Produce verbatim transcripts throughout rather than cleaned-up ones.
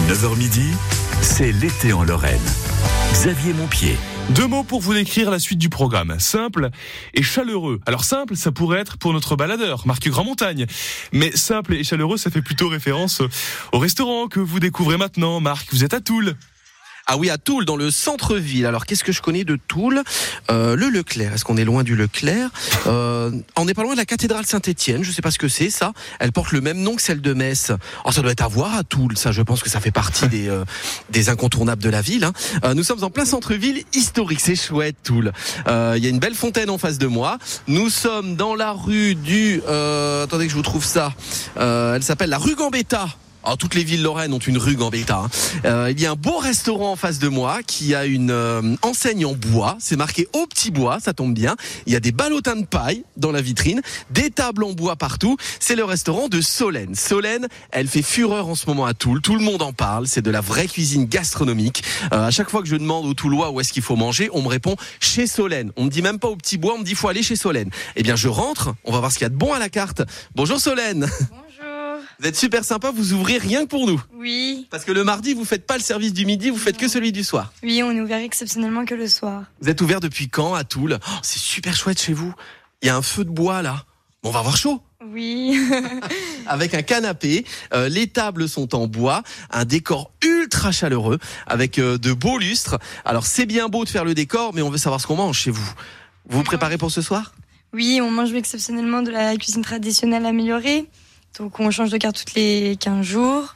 neuf heures midi, c'est l'été en Lorraine. Xavier Montpied. Deux mots pour vous décrire la suite du programme. Simple et chaleureux. Alors simple, ça pourrait être pour notre baladeur, Marc Grand Montagne. Mais simple et chaleureux, ça fait plutôt référence au restaurant que vous découvrez maintenant. Marc, vous êtes à Toul. Ah oui, à Toul, dans le centre-ville. Alors, qu'est-ce que je connais de Toul ? euh, Le Leclerc. Est-ce qu'on est loin du Leclerc ? euh, On n'est pas loin de la cathédrale Saint-Étienne. Je ne sais pas ce que c'est, ça. Elle porte le même nom que celle de Metz. Oh, ça doit être à voir à Toul. Ça, je pense que ça fait partie des, euh, des incontournables de la ville. Hein. Euh, nous sommes en plein centre-ville historique. C'est chouette, Toul. Il euh, y a une belle fontaine en face de moi. Nous sommes dans la rue du... Euh, attendez que je vous trouve ça. Euh, elle s'appelle la rue Gambetta. Alors, toutes les villes lorraines ont une rue Gambetta. Hein. Euh, il y a un beau restaurant en face de moi qui a une euh, enseigne en bois. C'est marqué au petit bois, ça tombe bien. Il y a des ballotins de paille dans la vitrine, des tables en bois partout. C'est le restaurant de Solène. Solène, elle fait fureur en ce moment à Toul. Tout le monde en parle. C'est de la vraie cuisine gastronomique. Euh, à chaque fois que je demande aux Toulois où est-ce qu'il faut manger, on me répond chez Solène. On me dit même pas au petit bois, on me dit faut aller chez Solène. Eh bien, je rentre. On va voir ce qu'il y a de bon à la carte. Bonjour Solène. Bonjour. Vous êtes super sympa, vous ouvrez rien que pour nous. Oui. Parce que le mardi, vous faites pas le service du midi, vous faites que celui du soir. Oui, on est ouvert exceptionnellement que le soir. Vous êtes ouvert depuis quand à Toul ? Oh, c'est super chouette chez vous. Il y a un feu de bois là. Bon, on va avoir chaud. Oui. Avec un canapé, euh, les tables sont en bois, un décor ultra chaleureux avec euh, de beaux lustres. Alors c'est bien beau de faire le décor, mais on veut savoir ce qu'on mange chez vous. Vous vous préparez pour ce soir ? Oui, on mange exceptionnellement de la cuisine traditionnelle améliorée. Donc on change de carte toutes les quinze jours.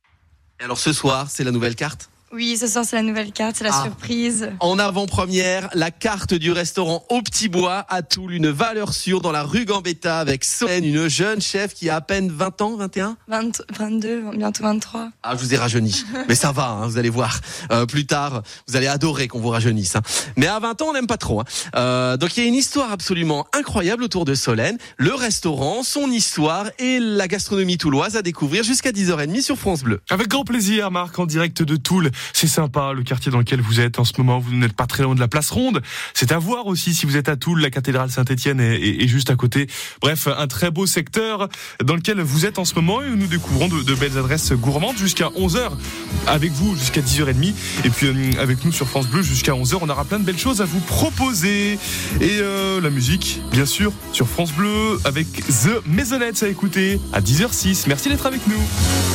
Et alors ce soir, c'est la nouvelle carte ? Oui, ce soir c'est la nouvelle carte, c'est la ah. surprise. En avant-première, la carte du restaurant au petit bois à Toul, une valeur sûre dans la rue Gambetta avec Solène, une jeune chef qui a à peine vingt ans, vingt et un vingt, vingt-deux, bientôt vingt-trois. Ah, je vous ai rajeuni. Mais ça va, hein, vous allez voir. Euh, plus tard, vous allez adorer qu'on vous rajeunisse. Hein. Mais à vingt ans, on n'aime pas trop. Hein. Euh, donc il y a une histoire absolument incroyable autour de Solène, le restaurant, son histoire et la gastronomie touloise à découvrir jusqu'à dix heures trente sur France Bleu. Avec grand plaisir, Marc, en direct de Toul. C'est sympa, le quartier dans lequel vous êtes en ce moment. Vous n'êtes pas très loin de la place Ronde. C'est à voir aussi si vous êtes à Toul. La cathédrale Saint-Étienne est, est, est juste à côté. Bref, un très beau secteur dans lequel vous êtes en ce moment et où nous découvrons de, de belles adresses gourmandes jusqu'à onze heures. Avec vous jusqu'à dix heures trente. Et puis euh, avec nous sur France Bleu jusqu'à onze heures. On aura plein de belles choses à vous proposer. Et euh, la musique, bien sûr, sur France Bleu avec The Maisonnettes à écouter à dix heures six. Merci d'être avec nous.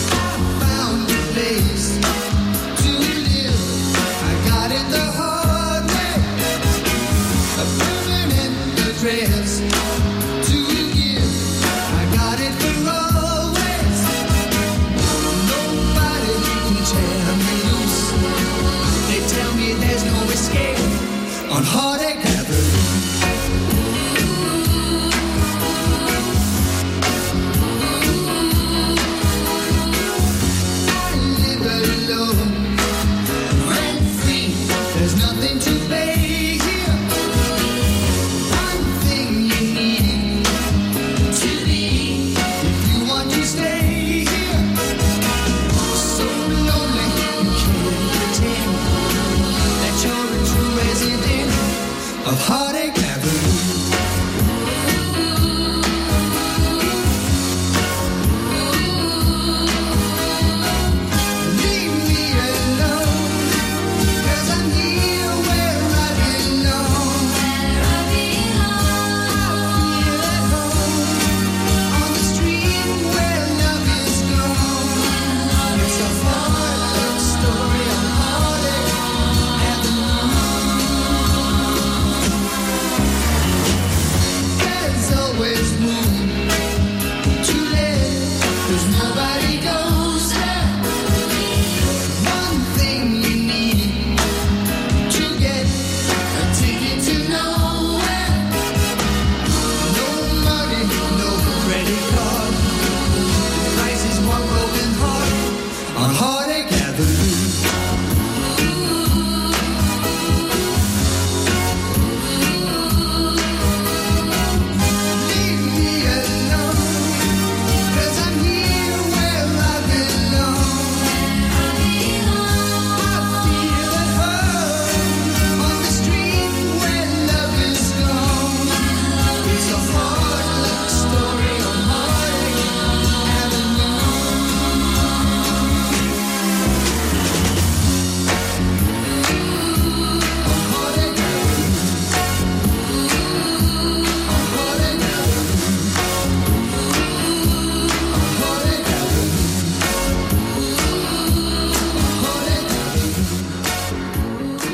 On Heartache Avenue. I live alone, rent free. There's nothing to pay here. One thing you need to be if you want to stay here. So lonely you can't pretend that you're a true resident of Heartache Avenue. Leave me alone, 'cause I'm here where I belong. I feel at home on the street where love is gone. It's a fun story.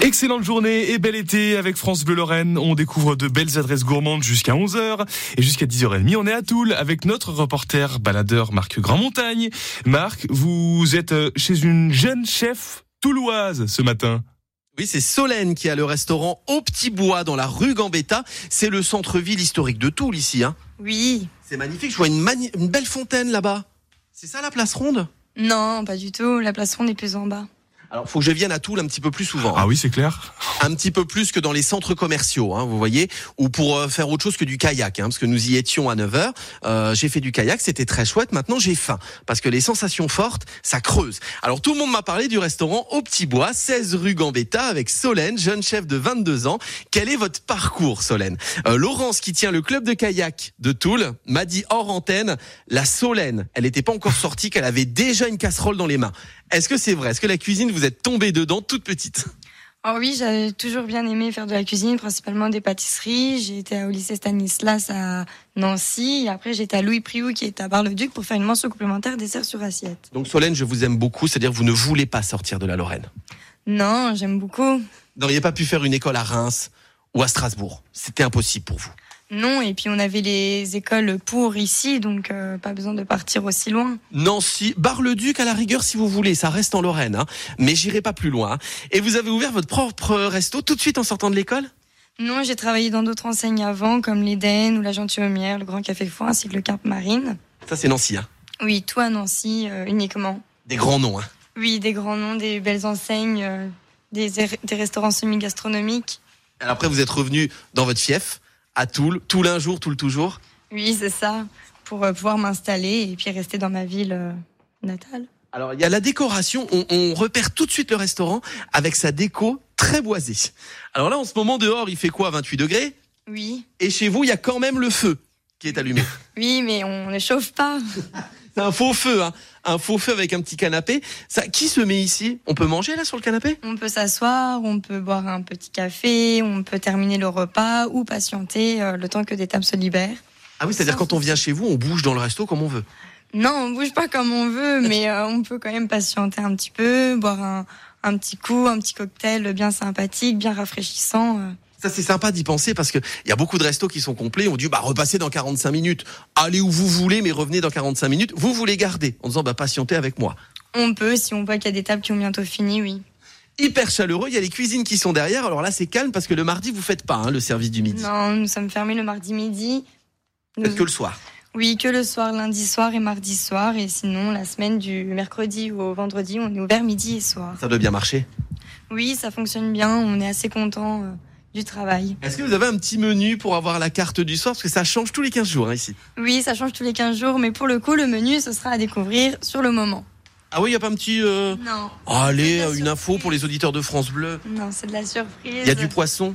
Excellente journée et bel été avec France Bleu Lorraine. On découvre de belles adresses gourmandes jusqu'à onze heures et jusqu'à dix heures trente. On est à Toul avec notre reporter baladeur Marc Grandmontagne. Marc, vous êtes chez une jeune chef touloise ce matin. Oui, c'est Solène qui a le restaurant Au Petit Bois dans la rue Gambetta. C'est le centre-ville historique de Toul ici. Hein. Oui. C'est magnifique, je vois une, mani- une belle fontaine là-bas. C'est ça la place ronde ? Non, pas du tout. La place ronde est plus en bas. Alors, faut que je vienne à Toul un petit peu plus souvent. Ah oui, c'est clair. Un petit peu plus que dans les centres commerciaux, hein, vous voyez, ou pour euh, faire autre chose que du kayak, hein, parce que nous y étions à neuf heures. Euh, j'ai fait du kayak, c'était très chouette. Maintenant, j'ai faim, parce que les sensations fortes, ça creuse. Alors, tout le monde m'a parlé du restaurant Au Petit Bois, seize rue Gambetta, avec Solène, jeune chef de vingt-deux ans. Quel est votre parcours, Solène ? euh, Laurence, qui tient le club de kayak de Toul, m'a dit hors antenne, la Solène, elle n'était pas encore sortie, qu'elle avait déjà une casserole dans les mains. Est-ce que c'est vrai ? Est-ce que la cuisine, vous êtes tombée dedans toute petite ? Oh oui, j'avais toujours bien aimé faire de la cuisine, principalement des pâtisseries. J'ai été au lycée Stanislas à Nancy. Et après, j'étais à Louis Priou, qui est à Bar-le-Duc, pour faire une mention complémentaire dessert sur assiette. Donc Solène, je vous aime beaucoup, c'est-à-dire que vous ne voulez pas sortir de la Lorraine. Non, j'aime beaucoup. Vous n'auriez pas pu faire une école à Reims ou à Strasbourg. C'était impossible pour vous. Non, et puis on avait les écoles pour ici, donc euh, pas besoin de partir aussi loin. Nancy, Bar-le-Duc à la rigueur si vous voulez, ça reste en Lorraine, hein, mais j'irai pas plus loin. Et vous avez ouvert votre propre resto tout de suite en sortant de l'école ? Non, j'ai travaillé dans d'autres enseignes avant, comme l'Éden ou la Gentilhommière, le Grand Café Foin, ainsi que le Carpe Marine. Ça c'est Nancy, hein. Oui, tout à Nancy, euh, uniquement. Des grands noms, hein. Oui, des grands noms, des belles enseignes, euh, des, des restaurants semi-gastronomiques. Alors après vous êtes revenu dans votre fief, à Toul, Toul un jour, Toul toujours. Oui, c'est ça, pour euh, pouvoir m'installer et puis rester dans ma ville euh, natale. Alors il y a la décoration, on, on repère tout de suite le restaurant avec sa déco très boisée. Alors là en ce moment dehors il fait quoi, vingt-huit degrés ? Oui, Et chez vous il y a quand même le feu qui est allumé. oui, mais on ne chauffe pas. C'est un faux feu, hein. Un faux feu avec un petit canapé. Ça, qui se met ici ? On peut manger là sur le canapé ? On peut s'asseoir, on peut boire un petit café, on peut terminer le repas ou patienter euh, le temps que des tables se libèrent. Ah oui, c'est-à-dire quand on vient chez vous, on bouge dans le resto comme on veut. Non, on bouge pas comme on veut, mais euh, on peut quand même patienter un petit peu, boire un, un petit coup, un petit cocktail bien sympathique, bien rafraîchissant. euh. Ça, c'est sympa d'y penser parce que il y a beaucoup de restos qui sont complets. On dit, bah, repassez dans quarante-cinq minutes. Allez où vous voulez, mais revenez dans quarante-cinq minutes. Vous, vous les gardez en disant, bah, patientez avec moi. On peut, si on voit qu'il y a des tables qui ont bientôt fini, oui. Hyper chaleureux. Il y a les cuisines qui sont derrière. Alors là, c'est calme parce que le mardi, vous faites pas, hein, le service du midi. Non, nous sommes fermés le mardi midi. Nous- Faites que le soir. Oui, que le soir, lundi soir et mardi soir. Et sinon, la semaine du mercredi au vendredi, on est ouvert midi et soir. Ça doit bien marcher. Oui, ça fonctionne bien. On est assez contents euh, du travail. Est-ce que vous avez un petit menu pour avoir la carte du soir? Parce que ça change tous les quinze jours, hein, ici. Oui, ça change tous les quinze jours. Mais pour le coup, le menu, ce sera à découvrir sur le moment. Ah oui, il n'y a pas un petit... euh, Non. Allez, C'est de la une info pour les auditeurs de France Bleu. Non, c'est de la surprise. Il y a du poisson.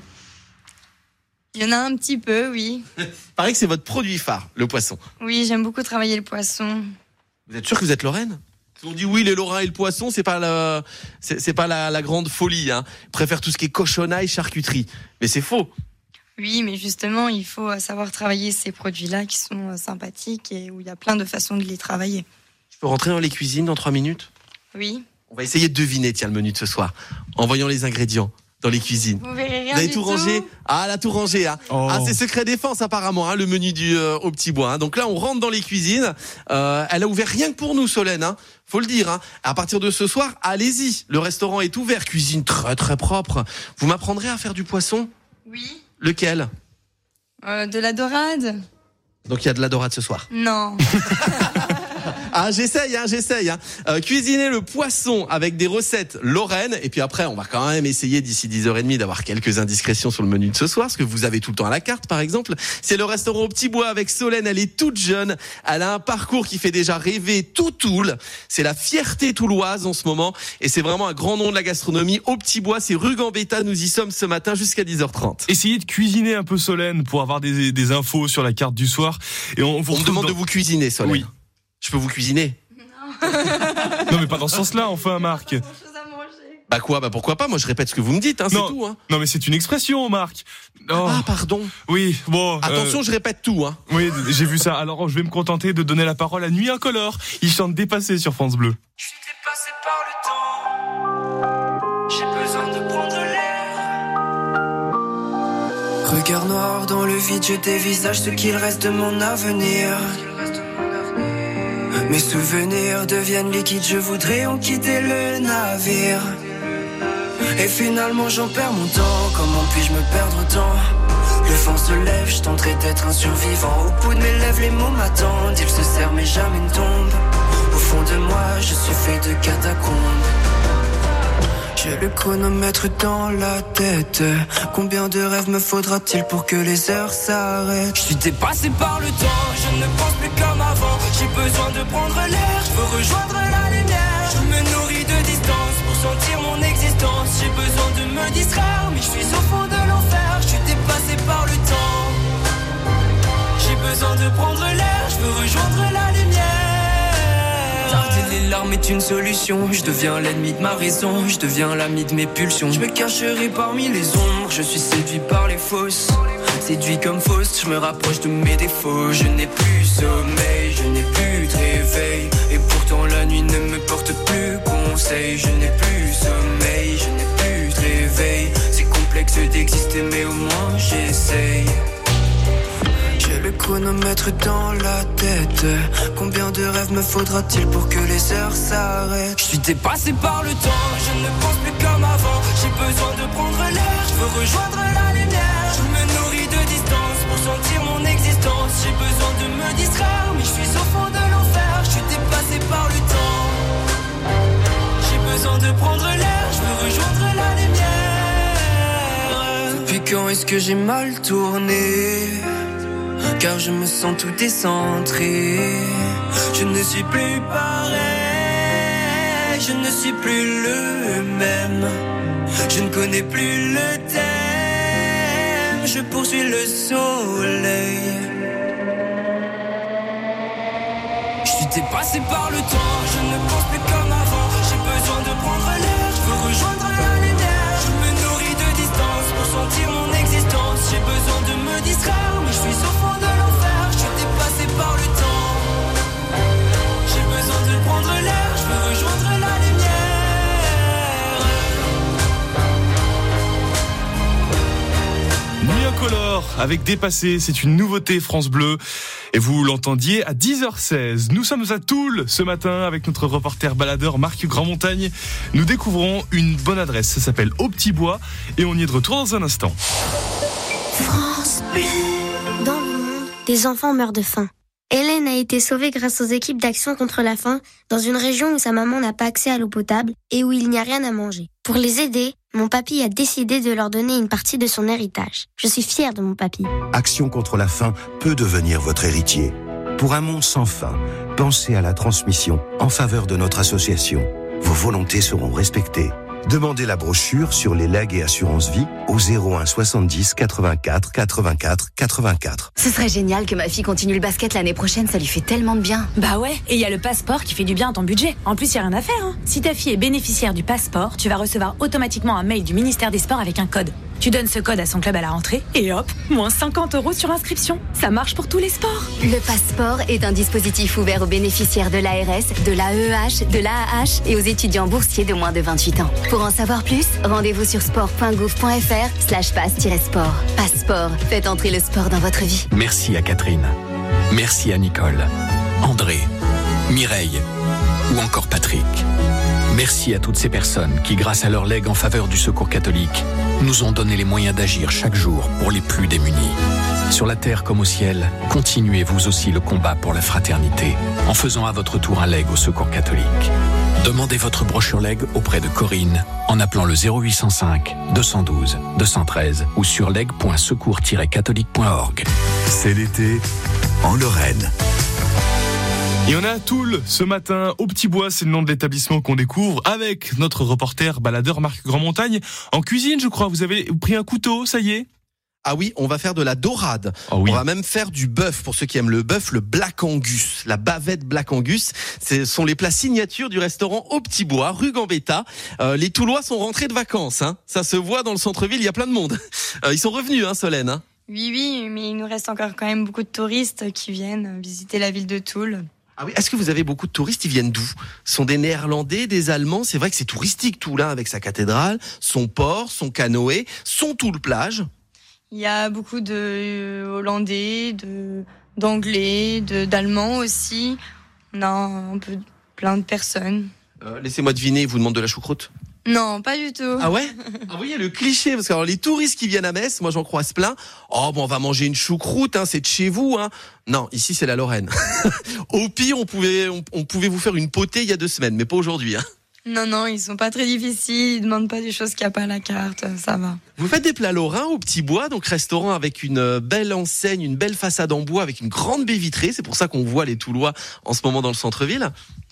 Il y en a un petit peu, oui. Pareil que c'est votre produit phare, le poisson. Oui, j'aime beaucoup travailler le poisson. Vous êtes sûr que vous êtes Lorraine? On dit oui, les Lorrains et le poisson, c'est pas la, c'est, c'est pas la, la grande folie, hein. Ils préfèrent tout ce qui est cochonnaille, charcuterie. Mais c'est faux. Oui, mais justement, il faut euh, savoir travailler ces produits-là qui sont euh, sympathiques et où il y a plein de façons de les travailler. Je peux rentrer dans les cuisines dans trois minutes? Oui. On va essayer de deviner, tiens, le menu de ce soir. En voyant les ingrédients dans les cuisines. Vous verrez rien Vous avez du tout rangé? Ah, elle a tout rangé, hein. Oh. Ah, c'est secret défense, apparemment, hein, le menu du euh, Au Petit Bois, hein. Donc là, on rentre dans les cuisines. Euh, elle a ouvert rien que pour nous, Solène, hein. Faut le dire, hein. À partir de ce soir, allez-y. Le restaurant est ouvert. Cuisine très, très propre. Vous m'apprendrez à faire du poisson? Oui. Lequel? Euh, de la dorade? Donc il y a de la dorade ce soir. Non. Ah, j'essaye, hein, j'essaye. Hein. Euh, cuisiner le poisson avec des recettes lorraines. Et puis après, on va quand même essayer d'ici dix heures trente d'avoir quelques indiscrétions sur le menu de ce soir, ce que vous avez tout le temps à la carte, par exemple. C'est le restaurant Au Petit Bois avec Solène. Elle est toute jeune. Elle a un parcours qui fait déjà rêver tout Toul. C'est la fierté touloise en ce moment. Et c'est vraiment un grand nom de la gastronomie. Au Petit Bois, c'est rue Gambetta. Nous y sommes ce matin jusqu'à dix heures trente. Essayez de cuisiner un peu Solène pour avoir des, des infos sur la carte du soir. Et on, vous On me retrouve demande dans- de vous cuisiner, Solène. Oui. Je peux vous cuisiner? Non mais pas dans ce sens-là, enfin Marc. Pas grand-chose à manger. Bah quoi? Bah pourquoi pas? Moi, je répète ce que vous me dites, hein, c'est Non. tout, hein. Non mais c'est une expression Marc. Oh, Ah, pardon. oui, bon. euh, Attention, je répète tout, hein. oui, j'ai vu ça. Alors je vais me contenter de donner la parole à Nuit Incolore. Il chante Dépassé sur France Bleu. Je suis dépassé par le temps. J'ai besoin de prendre l'air. Regard noir dans le vide, je dévisage ce qu'il reste de mon avenir. Mes souvenirs deviennent liquides, je voudrais en quitter le navire. Et finalement j'en perds mon temps, comment puis-je me perdre autant? Le vent se lève, je tenterai d'être un survivant. Au bout de mes lèvres les mots m'attendent, ils se serrent mais jamais ne tombent. Au fond de moi je suis fait de catacombes. J'ai le chronomètre dans la tête. Combien de rêves me faudra-t-il pour que les heures s'arrêtent? Je suis dépassé par le temps, je ne pense plus comme avant. J'ai besoin de prendre l'air, je veux rejoindre la lumière. Je me nourris de distance pour sentir mon existence. J'ai besoin de me distraire, mais je suis au fond de l'enfer. Je suis dépassé par le temps. J'ai besoin de prendre l'air, je veux rejoindre la lumière. Tarder les larmes est une solution. Je deviens l'ennemi de ma raison, je deviens l'ami de mes pulsions. Je me cacherai parmi les ombres, je suis séduit par les fausses. Séduit comme fausse, je me rapproche de mes défauts. Je n'ai plus sommeil, je n'ai plus de réveil. Et pourtant la nuit ne me porte plus conseil. Je n'ai plus sommeil, je n'ai plus de réveil. C'est complexe d'exister mais au moins j'essaye. J'ai le chronomètre dans la tête. Combien de rêves me faudra-t-il pour que les heures s'arrêtent? Je suis dépassé par le temps, je ne pense plus comme avant. J'ai besoin de prendre l'air, je veux rejoindre la lumière. Je me nourris de distance pour sentir mon existence. J'ai besoin de me distraire, mais je suis au fond de l'enfer. Je suis dépassé par le temps. J'ai besoin de prendre l'air, je veux rejoindre la lumière. Depuis quand est-ce que j'ai mal tourné? Car je me sens tout décentré. Je ne suis plus pareil, je ne suis plus le même. Je ne connais plus le thème, je poursuis le soleil. Je suis dépassé par le temps, je ne pense plus comme avant. J'ai besoin de prendre l'air, je veux rejoindre la lumière. Je me nourris de distance pour sentir mon existence. J'ai besoin de me distraire, mais je suis au fond de l'enfer. Je suis dépassé par le temps. J'ai besoin de prendre l'air, je veux rejoindre la lumière. Nuit incolore avec Dépassé, c'est une nouveauté France Bleu. Et vous l'entendiez à dix heures seize. Nous sommes à Toul ce matin avec notre reporter baladeur Marc Grandmontagne. Nous découvrons une bonne adresse, ça s'appelle Au Petit Bois et on y est de retour dans un instant. France Bleu. Dans le monde, des enfants meurent de faim. Hélène a été sauvée grâce aux équipes d'action contre la faim dans une région où sa maman n'a pas accès à l'eau potable et où il n'y a rien à manger. Pour les aider, mon papy a décidé de leur donner une partie de son héritage. Je suis fière de mon papy. Action contre la faim peut devenir votre héritier. Pour un monde sans faim, pensez à la transmission en faveur de notre association. Vos volontés seront respectées. Demandez la brochure sur les legs et assurances vie au zéro un soixante-dix quatre-vingt-quatre quatre-vingt-quatre quatre-vingt-quatre. Ce serait génial que ma fille continue le basket l'année prochaine, ça lui fait tellement de bien. Bah ouais, et il y a le passeport qui fait du bien à ton budget. En plus, il y a rien à faire, hein. Si ta fille est bénéficiaire du passeport, tu vas recevoir automatiquement un mail du ministère des Sports avec un code. Tu donnes ce code à son club à la rentrée et hop, moins cinquante euros sur inscription. Ça marche pour tous les sports. Le passeport est un dispositif ouvert aux bénéficiaires de l'A R S, de l'A E H, de l'A A H et aux étudiants boursiers de moins de vingt-huit ans. Pour en savoir plus, rendez-vous sur sport point gouv point f r slash passe-sport. Passeport, faites entrer le sport dans votre vie. Merci à Catherine. Merci à Nicole, André, Mireille ou encore Patrick. Merci à toutes ces personnes qui, grâce à leur legs en faveur du Secours catholique, nous ont donné les moyens d'agir chaque jour pour les plus démunis. Sur la terre comme au ciel, continuez vous aussi le combat pour la fraternité en faisant à votre tour un leg au Secours catholique. Demandez votre brochure leg auprès de Corinne en appelant le zéro huit cent cinq deux cent douze deux cent treize ou sur leg point secours tiret catholique point org. C'est l'été en Lorraine. Et on est à Toul ce matin, Au Petit Bois, c'est le nom de l'établissement qu'on découvre avec notre reporter baladeur Marc Grandmontagne. En cuisine, je crois, vous avez pris un couteau, ça y est? Ah oui, on va faire de la dorade. Oh oui. On va même faire du bœuf. Pour ceux qui aiment le bœuf, le Black Angus, la bavette Black Angus. Ce sont les plats signatures du restaurant Au Petit Bois, rue Gambetta. Euh, les Toulois sont rentrés de vacances. Hein. Ça se voit dans le centre-ville, il y a plein de monde. Euh, ils sont revenus, hein, Solène. Hein. Oui, oui, mais il nous reste encore quand même beaucoup de touristes qui viennent visiter la ville de Toul. Ah oui, est-ce que vous avez beaucoup de touristes? Ils viennent d'où? Ce sont des Néerlandais, des Allemands? C'est vrai que c'est touristique tout là, avec sa cathédrale, son port, son canoë, son Toul-Plage. Il y a beaucoup de euh, Hollandais, de d'Anglais, de d'Allemands aussi. On a un peu plein de personnes. Euh, laissez-moi deviner, ils vous demandent de la choucroute? Non, pas du tout. Ah ouais? Ah oui, il y a le cliché, parce que alors, les touristes qui viennent à Metz, moi j'en croise plein. Oh bon, on va manger une choucroute, hein, c'est de chez vous, hein. Non, ici c'est la Lorraine. Au pire, on pouvait, on, on pouvait vous faire une potée il y a deux semaines, mais pas aujourd'hui, hein. Non, non, ils sont pas très difficiles. Ils demandent pas des choses qu'il n'y a pas à la carte. Ça va. Vous faites des plats lorrains au Petit Bois, donc restaurant avec une belle enseigne, une belle façade en bois, avec une grande baie vitrée. C'est pour ça qu'on voit les Toulois en ce moment dans le centre-ville.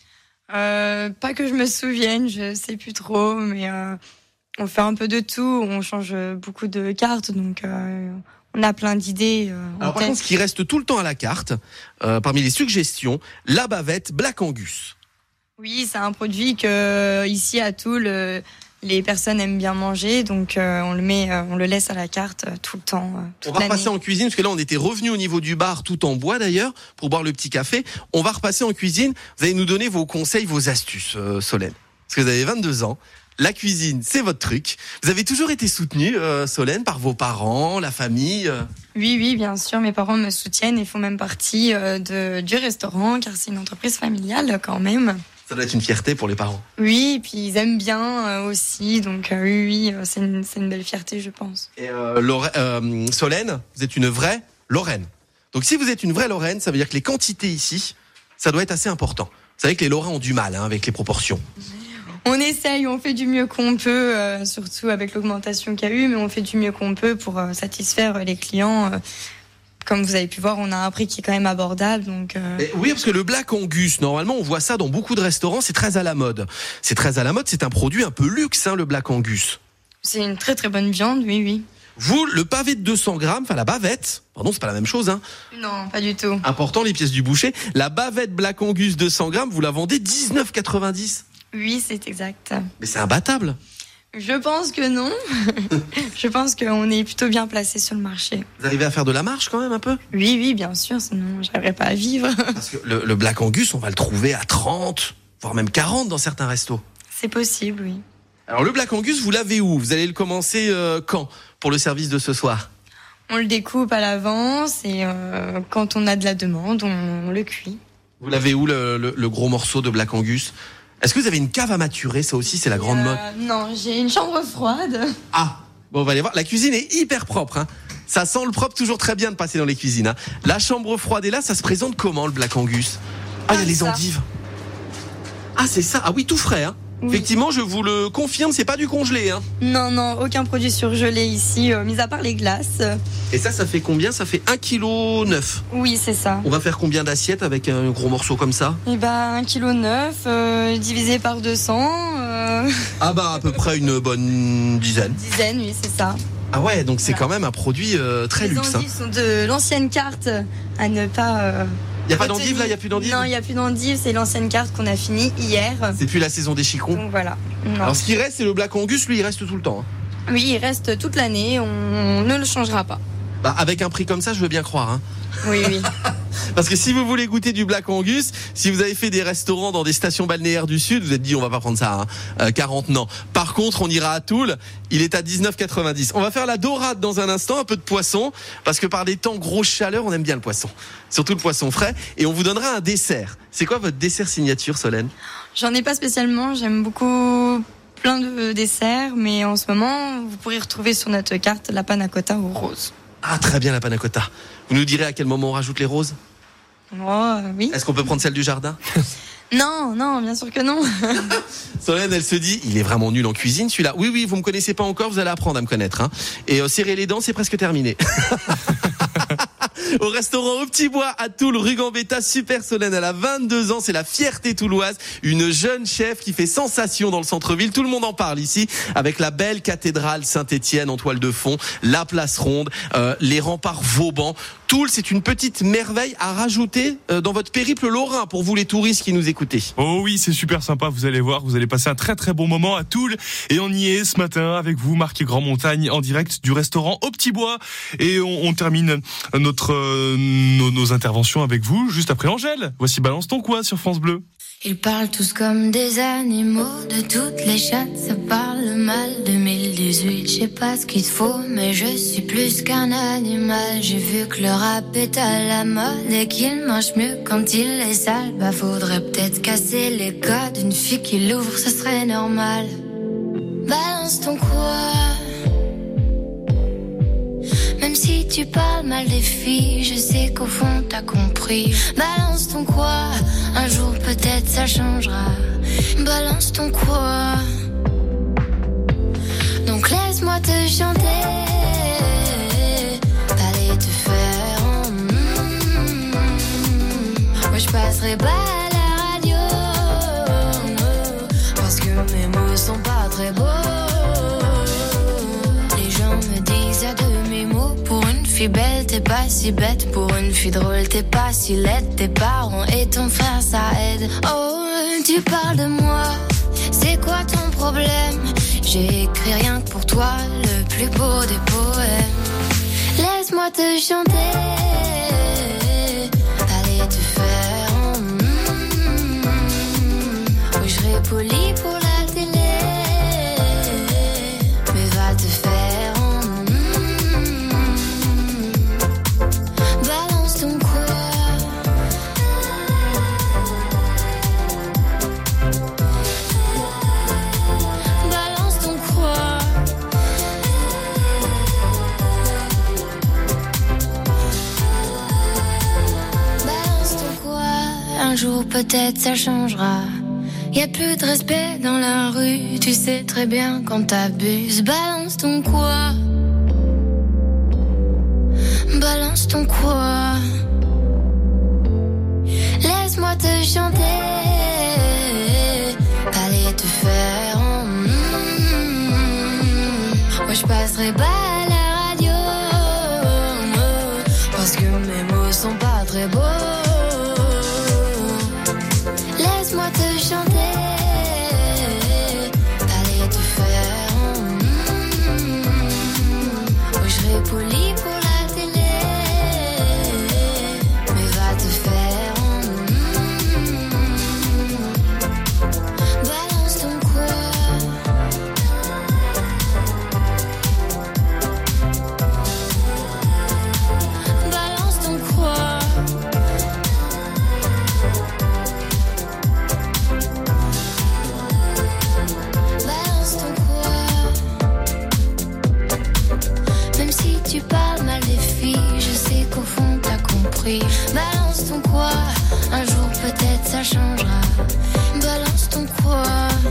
Euh, pas que je me souvienne, je sais plus trop, mais euh, on fait un peu de tout. On change beaucoup de cartes, donc euh, on a plein d'idées. Euh, Alors par contre, ce qui reste tout le temps à la carte, euh, parmi les suggestions, la bavette Black Angus. Oui, c'est un produit que ici à Toul, euh, les personnes aiment bien manger, donc euh, on le met, euh, on le laisse à la carte euh, tout le temps. Euh, toute on va l'année. repasser en cuisine, parce que là on était revenu au niveau du bar, tout en bois d'ailleurs, pour boire le petit café. On va repasser en cuisine. Vous allez nous donner vos conseils, vos astuces, euh, Solène. Parce que vous avez vingt-deux ans. La cuisine, c'est votre truc. Vous avez toujours été soutenue, euh, Solène, par vos parents, la famille. Euh... Oui, oui, bien sûr. Mes parents me soutiennent et font même partie euh, de, du restaurant, car c'est une entreprise familiale quand même. Ça doit être une fierté pour les parents. Oui, et puis ils aiment bien euh, aussi, donc euh, oui, oui, euh, c'est une, c'est une belle fierté, je pense. Et euh, Lorraine, euh, Solène, vous êtes une vraie Lorraine. Donc si vous êtes une vraie Lorraine, ça veut dire que les quantités ici, ça doit être assez important. Vous savez que les Lorrains ont du mal hein, avec les proportions. On essaye, on fait du mieux qu'on peut, euh, surtout avec l'augmentation qu'il y a eu, mais on fait du mieux qu'on peut pour euh, satisfaire les clients. Euh, Comme vous avez pu voir, on a un prix qui est quand même abordable. Donc euh... Et oui, parce que le Black Angus, normalement, on voit ça dans beaucoup de restaurants, c'est très à la mode. C'est très à la mode, c'est un produit un peu luxe, hein, le Black Angus. C'est une très très bonne viande, oui, oui. Vous, le pavé de deux cents grammes, enfin la bavette, pardon, c'est pas la même chose, hein. Non, pas du tout. Important, les pièces du boucher. La bavette Black Angus deux cents grammes, vous la vendez dix-neuf quatre-vingt-dix. Oui, c'est exact. Mais c'est imbattable. Je pense que non. Je pense qu'on est plutôt bien placé sur le marché. Vous arrivez à faire de la marge quand même un peu? Oui, oui, bien sûr, sinon j'arriverais pas à vivre. Parce que le, le Black Angus, on va le trouver à trente, voire même quarante dans certains restos. C'est possible, oui. Alors le Black Angus, vous l'avez où? Vous allez le commencer euh, quand pour le service de ce soir? On le découpe à l'avance et euh, quand on a de la demande, on, on le cuit. Vous l'avez où le, le, le gros morceau de Black Angus? Est-ce que vous avez une cave à maturer? Ça aussi, c'est la grande euh, mode. Non, j'ai une chambre froide. Ah, bon, on va aller voir. La cuisine est hyper propre. Hein. Ça sent le propre toujours très bien de passer dans les cuisines. Hein. La chambre froide est là. Ça se présente comment, le Black Angus? Ah, il y a les ça. endives. Ah, c'est ça. Ah oui, tout frais. Hein. Oui. Effectivement, je vous le confirme, c'est pas du congelé. Hein. Non, non, aucun produit surgelé ici, euh, mis à part les glaces. Et ça, ça fait combien? Ça fait un virgule neuf kilos. Oui, c'est ça. On va faire combien d'assiettes avec un gros morceau comme ça? Eh ben, un virgule neuf kilos euh, divisé par deux cents. Euh... Ah bah, à peu près une bonne dizaine. Dizaine, oui, c'est ça. Ah ouais, donc c'est Voilà. quand même un produit euh, très Les luxe. Hein. endives sont de l'ancienne carte à ne pas... Euh... Il n'y a pas d'endives là, il n'y a plus d'endives? Non, il n'y a plus d'endives, c'est l'ancienne carte qu'on a finie hier. C'est plus la saison des chicons. Donc voilà. Non. Alors ce qui reste, c'est le Black Angus, lui il reste tout le temps. Hein. Oui, il reste toute l'année, on ne le changera pas. Bah, avec un prix comme ça, je veux bien croire. Hein. Oui, oui. Parce que si vous voulez goûter du Black Angus, si vous avez fait des restaurants dans des stations balnéaires du Sud, vous vous êtes dit on va pas prendre ça, hein. euh, quarante non. Par contre, on ira à Toul, il est à dix-neuf quatre-vingt-dix. On va faire la dorade dans un instant, un peu de poisson, parce que par des temps grosse chaleur, on aime bien le poisson. Surtout le poisson frais. Et on vous donnera un dessert. C'est quoi votre dessert signature, Solène? J'en ai pas spécialement, j'aime beaucoup plein de desserts, mais en ce moment, vous pourrez retrouver sur notre carte la panna cotta aux roses. Ah, très bien la panna cotta. Vous nous direz à quel moment on rajoute les roses? Oh, oui. Est-ce qu'on peut prendre celle du jardin? Non, non, bien sûr que non. Solène, elle se dit, il est vraiment nul en cuisine celui-là. Oui, oui, vous me connaissez pas encore, vous allez apprendre à me connaître. Hein. Et euh, serrer les dents, c'est presque terminé. Au restaurant Au Petit Bois à Toul, rue Gambetta, super Solène, elle a vingt-deux ans, c'est la fierté touloise, une jeune chef qui fait sensation dans le centre-ville, tout le monde en parle ici, avec la belle cathédrale Saint-Étienne en toile de fond, la place ronde, euh, les remparts Vauban. Toul, c'est une petite merveille à rajouter euh, dans votre périple lorrain pour vous les touristes qui nous écoutez. Oh oui, c'est super sympa, vous allez voir, vous allez passer un très très bon moment à Toul. Et on y est ce matin avec vous, Marc et Grand Montagne, en direct du restaurant Au Petit Bois. Et on, on termine notre, euh, nos, nos interventions avec vous juste après Angèle. Voici Balance ton quoi sur France Bleu. Ils parlent tous comme des animaux, de toutes les chattes, ça parle mal. deux mille dix-huit, je sais pas ce qu'il te faut, mais je suis plus qu'un animal. J'ai vu que le rap est à la mode et qu'il mange mieux quand il est sale. Bah faudrait peut-être casser les codes, une fille qui l'ouvre, ce serait normal. Balance ton quoi. Même si tu parles mal des filles, je sais qu'au fond t'as compris. Balance ton quoi, un jour peut-être ça changera. Balance ton quoi. Donc laisse-moi te chanter, t'allais te faire en mm, moi je passerai pas à la radio, parce que mes mots sont pas très beaux. Les gens me disent à demi-mot, pour une fille belle t'es pas si bête, pour une fille drôle t'es pas si laide. Tes parents et ton frère ça aide. Oh tu parles de moi, c'est quoi ton problème? J'ai écrit rien que pour toi, le plus beau des poèmes. Laisse-moi te chanter, allez te faire en mm, oui je serai poli pour la télé, mais va te faire en mm, balance ton quoi. Un jour peut-être ça changera. Y a plus de respect dans la rue, tu sais très bien quand t'abuses. Balance ton quoi. Balance ton quoi. Laisse-moi te chanter, allez te faire en mm, moi je passerai pas à la radio, parce que mes mots sont pas très beaux. Laisse-moi te chanter, allez te faire en mm, oui je serai poli pour la télé, mais va te faire en mm, balance ton quoi. Balance ton quoi. Tu parles mal des filles, je sais qu'au fond t'as compris. Balance ton quoi, un jour peut-être ça changera. Balance ton quoi.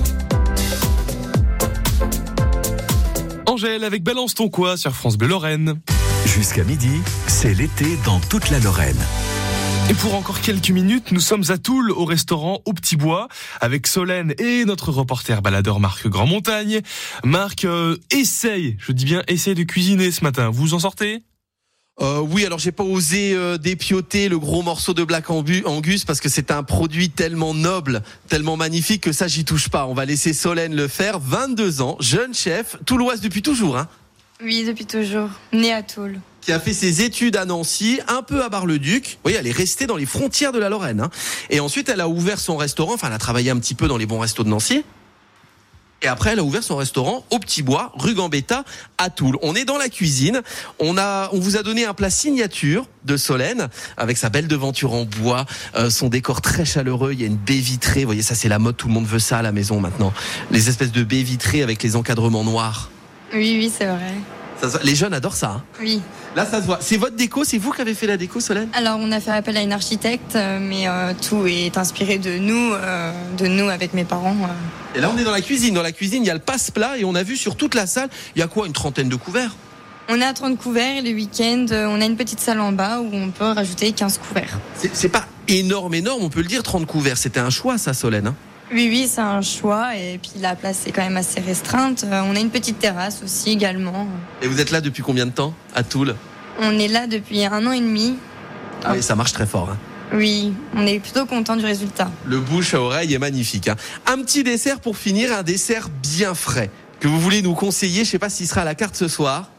Angèle avec Balance ton quoi sur France Bleu Lorraine. Jusqu'à midi, c'est l'été dans toute la Lorraine. Et pour encore quelques minutes, nous sommes à Toul, au restaurant Au Petit Bois, avec Solène et notre reporter baladeur Marc Grandmontagne. Marc euh, essaye, je dis bien essaye de cuisiner ce matin. Vous vous en sortez ? Euh, oui, alors j'ai pas osé euh, dépioter le gros morceau de Black Angus parce que c'est un produit tellement noble, tellement magnifique que ça j'y touche pas. On va laisser Solène le faire. vingt-deux ans, jeune chef, touloise depuis toujours, hein ? Oui, depuis toujours. Née à Toul. Qui a fait ses études à Nancy, un peu à Bar-le-Duc. Oui, elle est restée dans les frontières de la Lorraine. Hein. Et ensuite, elle a ouvert son restaurant. Enfin, elle a travaillé un petit peu dans les bons restos de Nancy. Et après, elle a ouvert son restaurant Au Petit Bois, rue Gambetta, à Toul. On est dans la cuisine. On a, on vous a donné un plat signature de Solène, avec sa belle devanture en bois, euh, son décor très chaleureux. Il y a une baie vitrée. Vous voyez, ça, c'est la mode. Tout le monde veut ça à la maison maintenant. Les espèces de baies vitrées avec les encadrements noirs. Oui, oui, c'est vrai. Ça, les jeunes adorent ça. Hein. Oui. Là, ça se voit. C'est votre déco, c'est vous qui avez fait la déco, Solène ? Alors, on a fait appel à une architecte, mais euh, tout est inspiré de nous, euh, de nous avec mes parents. Euh. Et là, on est dans la cuisine. Dans la cuisine, il y a le passe-plat et on a vu sur toute la salle, il y a quoi, une trentaine de couverts ? On est à trente couverts et le week-end, on a une petite salle en bas où on peut rajouter quinze couverts. C'est, c'est pas énorme, énorme, on peut le dire, trente couverts. C'était un choix, ça, Solène, hein ? Oui, oui, c'est un choix. Et puis la place est quand même assez restreinte. On a une petite terrasse aussi également. Et vous êtes là depuis combien de temps, à Toul ? On est là depuis un an et demi. Ah oui, ça marche très fort. Hein. Oui, on est plutôt content du résultat. Le bouche à oreille est magnifique. Hein. Un petit dessert pour finir, un dessert bien frais que vous voulez nous conseiller. Je sais pas s'il sera à la carte ce soir.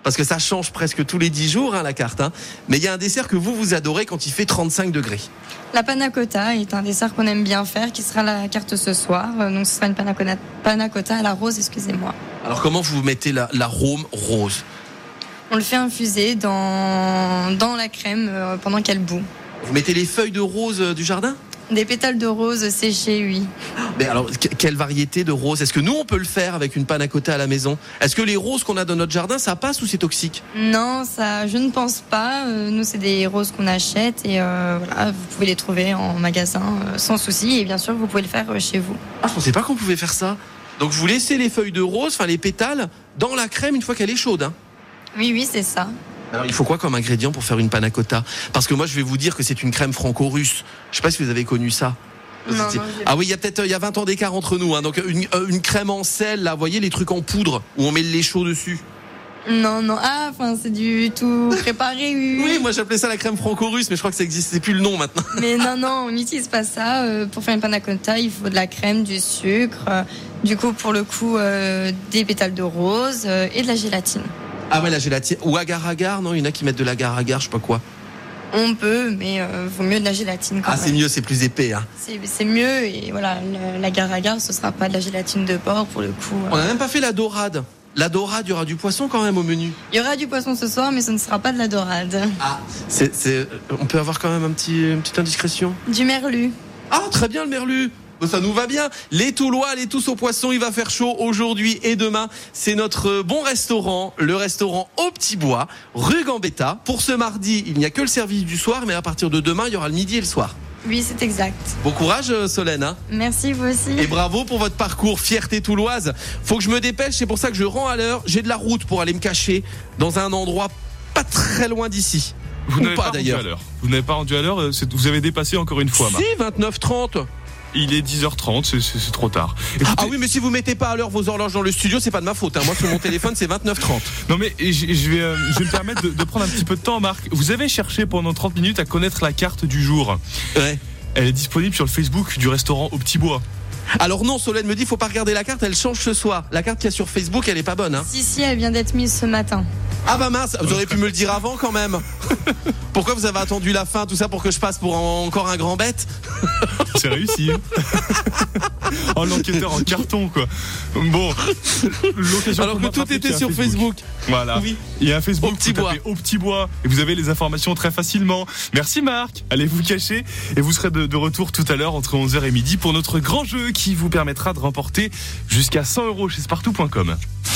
parce que ça change presque tous les dix jours, hein, la carte. Hein. Mais il y a un dessert que vous, vous adorez quand il fait trente-cinq degrés. La panna cotta est un dessert qu'on aime bien faire, qui sera la carte ce soir. Euh, Donc ce sera une panna cotta, panna cotta à la rose, excusez-moi. Alors comment vous mettez la, l'arôme rose? On le fait infuser dans, dans la crème euh, pendant qu'elle bout. Vous mettez les feuilles de rose euh, du jardin? Des pétales de rose séchés, oui. Mais alors, que- quelle variété de roses? Est-ce que nous, on peut le faire avec une panna cotta à la maison? Est-ce que les roses qu'on a dans notre jardin, ça passe ou c'est toxique? Non, ça, je ne pense pas. Euh, Nous, c'est des roses qu'on achète et euh, voilà, vous pouvez les trouver en magasin euh, sans souci. Et bien sûr, vous pouvez le faire euh, chez vous. Ah, je pensais pas qu'on pouvait faire ça. Donc vous laissez les feuilles de rose, enfin les pétales, dans la crème une fois qu'elle est chaude. Hein. Oui, oui, c'est ça. Alors il faut quoi comme ingrédient pour faire une panna cotta? Parce que moi je vais vous dire que c'est une crème franco-russe. Je sais pas si vous avez connu ça. Non, C'était- non, j'ai ah oui, il y a peut-être il y a vingt ans d'écart entre nous. Hein. Donc une, euh, une crème en sel, là, vous voyez les trucs en poudre où on met le lait chaud dessus. Non, non. Ah, enfin, c'est du tout préparé, oui. Oui, moi j'appelais ça la crème franco-russe, mais je crois que ça existe, c'est plus le nom maintenant. Mais non, non, on n'utilise pas ça. Euh, Pour faire une panna cotta, il faut de la crème, du sucre, euh, du coup, pour le coup, euh, des pétales de rose euh, et de la gélatine. Ah ouais, la gélatine ou agar-agar, non, il y en a qui mettent de l'agar-agar, je sais pas quoi. On peut, mais euh, vaut mieux de la gélatine quand Ah, même. c'est mieux, c'est plus épais. Hein. C'est c'est mieux et voilà, le- l'agar-agar, ce sera pas de la gélatine de porc pour le coup. On n'a même pas fait la dorade. La dorade, il y aura du poisson quand même au menu. Il y aura du poisson ce soir, mais ce ne sera pas de la dorade. Ah, c'est, c'est, on peut avoir quand même un petit, une petite indiscrétion. Du merlu. Ah, très bien le merlu. Bon, ça nous va bien. Les Toulois, allez tous au poisson. Il va faire chaud aujourd'hui et demain. C'est notre bon restaurant, le restaurant Au Petit Bois, rue Gambetta. Pour ce mardi, il n'y a que le service du soir, mais à partir de demain, il y aura le midi et le soir. Oui, c'est exact. Bon courage, euh, Solène. Hein. Merci, vous aussi. Et bravo pour votre parcours, fierté touloise. Faut que je me dépêche, c'est pour ça que je rends à l'heure. J'ai de la route pour aller me cacher dans un endroit pas très loin d'ici. Vous Ou n'avez pas, pas rendu d'ailleurs. à l'heure. Vous n'avez pas rendu à l'heure. c'est- Vous avez dépassé encore une fois, Marc. Si, vingt-neuf trente. Il est dix heures trente, c'est, c'est, c'est trop tard. Écoutez, Ah oui, mais si vous mettez pas à l'heure vos horloges dans le studio, c'est pas de ma faute. Hein. Moi, sur mon téléphone, c'est vingt-neuf trente. Non mais je, je vais, euh, je vais me permettre de, de prendre un petit peu de temps, Marc. Vous avez cherché pendant trente minutes à connaître la carte du jour. Ouais. Elle est disponible sur le Facebook du restaurant Au Petit Bois. Alors non, Solène me dit, faut pas regarder la carte, elle change ce soir. La carte qu'il y a sur Facebook, elle est pas bonne. Hein. Si, si, elle vient d'être mise ce matin. Ah bah mince, vous auriez pu me le dire avant quand même. Pourquoi vous avez attendu la fin, tout ça, pour que je passe pour en- encore un grand bête? C'est réussi. Hein. Oh, l'enquêteur en carton, quoi. Bon, l'occasion Alors pour que moi de tout rappeler qu'il y était a un sur Facebook. Voilà. Oui. Il y a un Facebook Au Petit vous tapez Au Petit Bois et vous avez les informations très facilement. Merci Marc. Allez vous cacher et vous serez de, de retour tout à l'heure entre onze heures et midi pour notre grand jeu qui vous permettra de remporter jusqu'à cent euros chez spartou point com.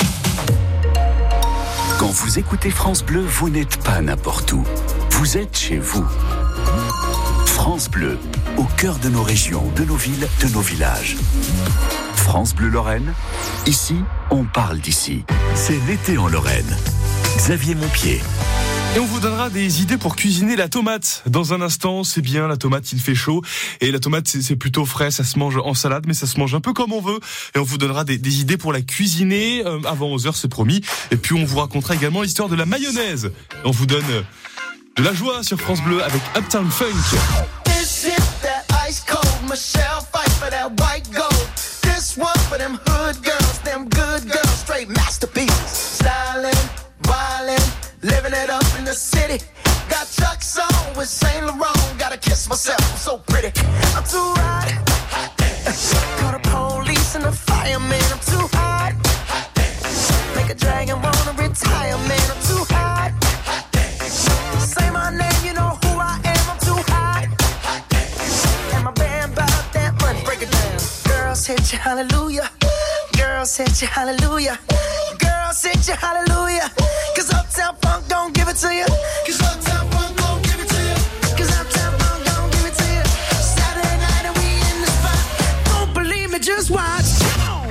Quand vous écoutez France Bleu, vous n'êtes pas n'importe où. Vous êtes chez vous. France Bleu, au cœur de nos régions, de nos villes, de nos villages. France Bleu Lorraine, ici, on parle d'ici. C'est l'été en Lorraine. Xavier Montpied. Et on vous donnera des idées pour cuisiner la tomate. Dans un instant, c'est bien, la tomate, il fait chaud. Et la tomate, c'est, c'est plutôt frais, ça se mange en salade, mais ça se mange un peu comme on veut. Et on vous donnera des, des idées pour la cuisiner. Euh, avant onze heures, c'est promis. Et puis, on vous racontera également l'histoire de la mayonnaise. Et on vous donne euh, de la joie sur France Bleu avec Uptown Funk. This hit that ice cold Michelle fight for that white gold. This one for them hood girls, them good girls, straight masterpieces. Stylin', wildin', living it up in the city. Got Chuck's on with Saint Laurent. Gotta kiss myself, I'm so pretty. I'm too hot. Call the police and the fireman. I'm too hot. Make a dragon wanna retire, man. I'm too hot. Say my name, you know who I am. I'm too hot. And my band bought that money. Break it down. Girls hit you, hallelujah. Girls hit you, hallelujah. Girls hit you, hallelujah. Cause Uptown Funk don't give it to you. Cause Uptown Funk don't give it to you. Cause Uptown Funk don't give it to you. Saturday night and we in the spot. Don't believe me, just watch. Come on.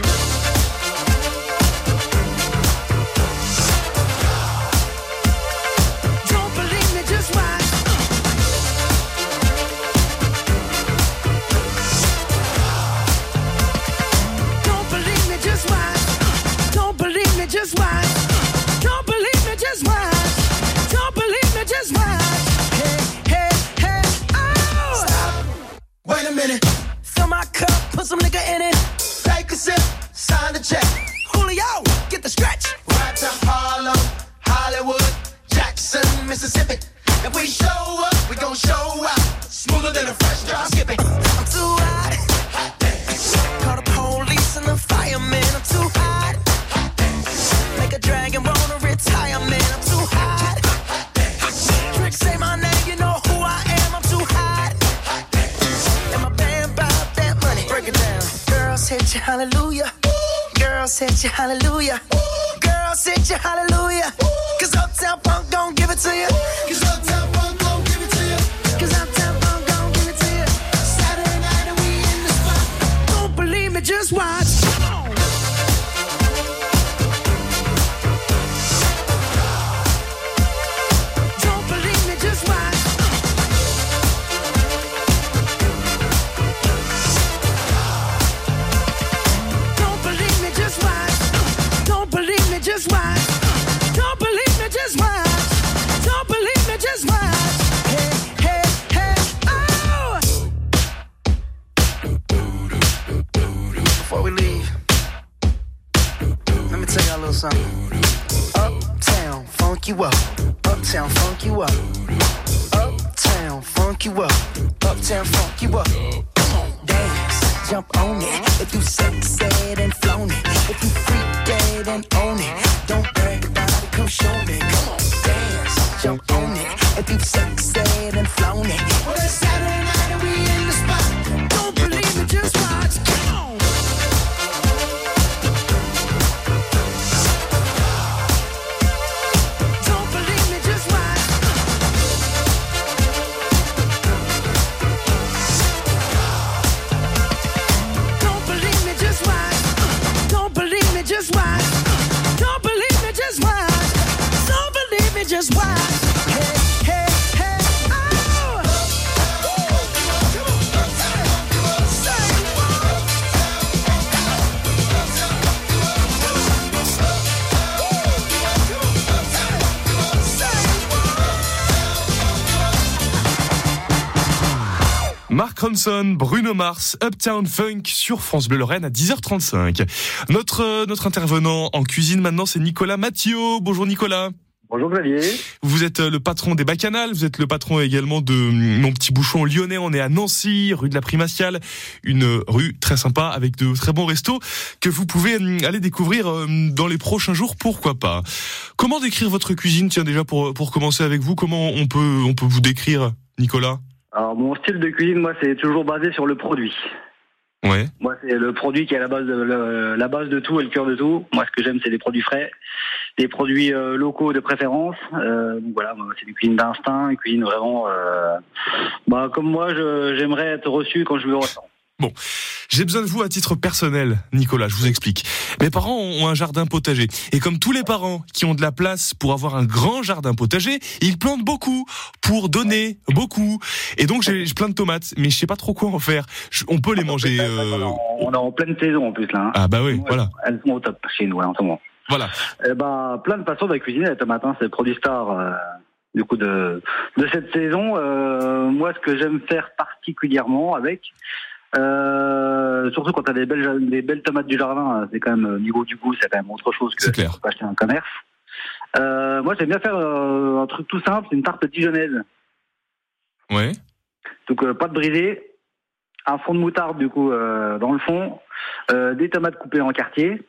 Don't believe me, just watch. Don't believe me, just watch. Don't believe me, just watch. Don't believe me, just watch. Don't believe me, just Girl, set you hallelujah. Girl, set you hallelujah. Cause Uptown Funk don't give it to you. Cause Uptown Funk don't give it to you. Cause Uptown Funk don't give it to you. Saturday night and we in the spot. Don't believe me, just watch. Don't believe me, just watch. Don't believe me, just watch. Don't believe me, just watch. Don't believe me, just watch. Don't believe me, just watch. Hey, hey, hey, oh! Before we leave, let me tell y'all a little something. Uptown, funk you up. Uptown, funk you up. Uptown, funk you up. Uptown, funk you up. Come on, dance, jump on it. If you sexed and flown it. If you freak dead and own it. Don't brag about it, come show me. Come on, dance, jump on it. If you sexed and flown it. Well, it's Saturday night and we in the spot. Don't believe me, just watch. Come on. Don't believe me, just watch. Don't believe me, just watch. Don't believe me, just watch. Don't believe me, just watch. Don't believe me, just watch. Hey, hey, hey, oh! Say what? Mark Ronson, Bruno Mars, Uptown Funk sur France Bleu Lorraine à dix heures trente-cinq. Notre, euh, notre intervenant en cuisine maintenant, c'est Nicolas Mathieu. Bonjour Nicolas. Bonjour Xavier. Vous êtes le patron des Bacchanales, vous êtes le patron également de Mon Petit Bouchon lyonnais. On est à Nancy, rue de la Primatiale, une rue très sympa avec de très bons restos que vous pouvez aller découvrir dans les prochains jours, pourquoi pas. Comment décrire votre cuisine? Tiens, déjà pour pour commencer avec vous, comment on peut on peut vous décrire, Nicolas? Alors mon style de cuisine, moi, c'est toujours basé sur le produit. Ouais. Moi, c'est le produit qui est à la base de, le, la base de tout et le cœur de tout. Moi, ce que j'aime, c'est des produits frais, des produits euh, locaux de préférence. Euh, donc voilà, moi, c'est une cuisine d'instinct, une cuisine vraiment, euh, bah, comme moi, je, j'aimerais être reçu quand je vais au restaurant. Bon, j'ai besoin de vous à titre personnel, Nicolas, je vous explique. Mes parents ont un jardin potager. Et comme tous les parents qui ont de la place pour avoir un grand jardin potager, ils plantent beaucoup pour donner beaucoup. Et donc j'ai, j'ai plein de tomates, mais je sais pas trop quoi en faire. Je, on peut les manger... Euh... On est en pleine saison en plus là. Hein. Ah bah oui, ouais, voilà. Elles sont au top chez nous, ouais, en ce moment. Voilà. Eh ben, plein de façons de cuisiner les tomates, hein, c'est le produit star euh, du coup de, de cette saison. Euh, moi, ce que j'aime faire particulièrement avec... Euh, surtout quand t'as des belles, des belles tomates du jardin, c'est quand même, au niveau du goût, c'est quand même autre chose que c'est acheter un commerce. Euh, moi, j'aime bien faire euh, un truc tout simple, c'est une tarte dijonnaise. Ouais. Donc, euh, pâte brisée, un fond de moutarde, du coup, euh, dans le fond, euh, des tomates coupées en quartiers,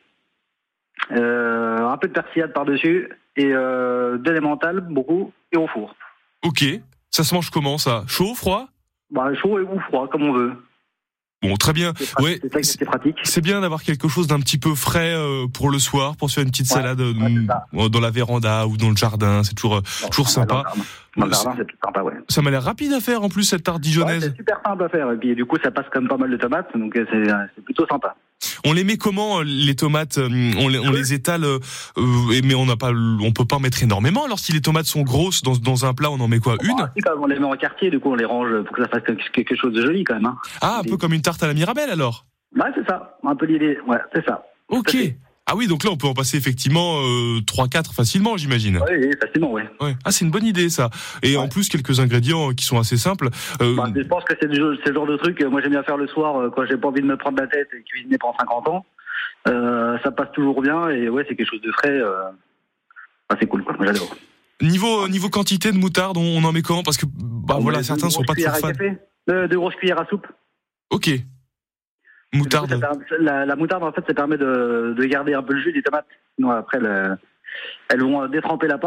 euh, un peu de persillade par-dessus, et euh, de l'emmental, beaucoup, et au four. Ok. Ça se mange comment, ça? Chaud, froid? Bah, chaud et ou froid, comme on veut. Bon, très bien. C'est pratique, ouais, c'est, ça qui c'est pratique. C'est bien d'avoir quelque chose d'un petit peu frais euh, pour le soir, pour se faire une petite ouais, salade euh, ouais, dans la véranda ou dans le jardin. C'est toujours, non, toujours sympa. Dans le jardin, c'est tout sympa, ouais. Ça m'a l'air rapide à faire en plus, cette tarte dijonnaise. Ouais, c'est super simple à faire. Et puis du coup, ça passe comme pas mal de tomates, donc c'est, c'est plutôt sympa. On les met comment, les tomates? On les, on les étale, euh, mais on n'a pas, on peut pas en mettre énormément. Alors si les tomates sont grosses dans, dans un plat, on en met quoi? Une? Ah, si, quand on les met en quartier, du coup, on les range pour que ça fasse quelque chose de joli quand même. Hein. Ah, un peu comme une tarte à la Mirabelle alors? Bah c'est ça, un peu l'idée. Ouais, c'est ça. Ok. Ah oui, donc là on peut en passer effectivement euh, trois quatre facilement, j'imagine. Oui, facilement, oui. Ouais. Ah, c'est une bonne idée ça. Et ouais. En plus quelques ingrédients qui sont assez simples. Euh... Bah, je pense que c'est le, c'est le genre de truc que moi j'aime bien faire le soir quand j'ai pas envie de me prendre la tête et cuisiner pendant cinquante ans. Euh, ça passe toujours bien et ouais, c'est quelque chose de frais. Euh... Ah, c'est cool, quoi. Moi, j'adore. Niveau niveau quantité de moutarde, on, on en met comment? Parce que bah on voilà, certains sont pas trop fans. Deux, deux grosses cuillères à soupe. Ok. Moutarde. Coup, permet, la, la moutarde, en fait, ça permet de, de garder un peu le jus des tomates. Sinon, après, le, elles vont détremper la pâte.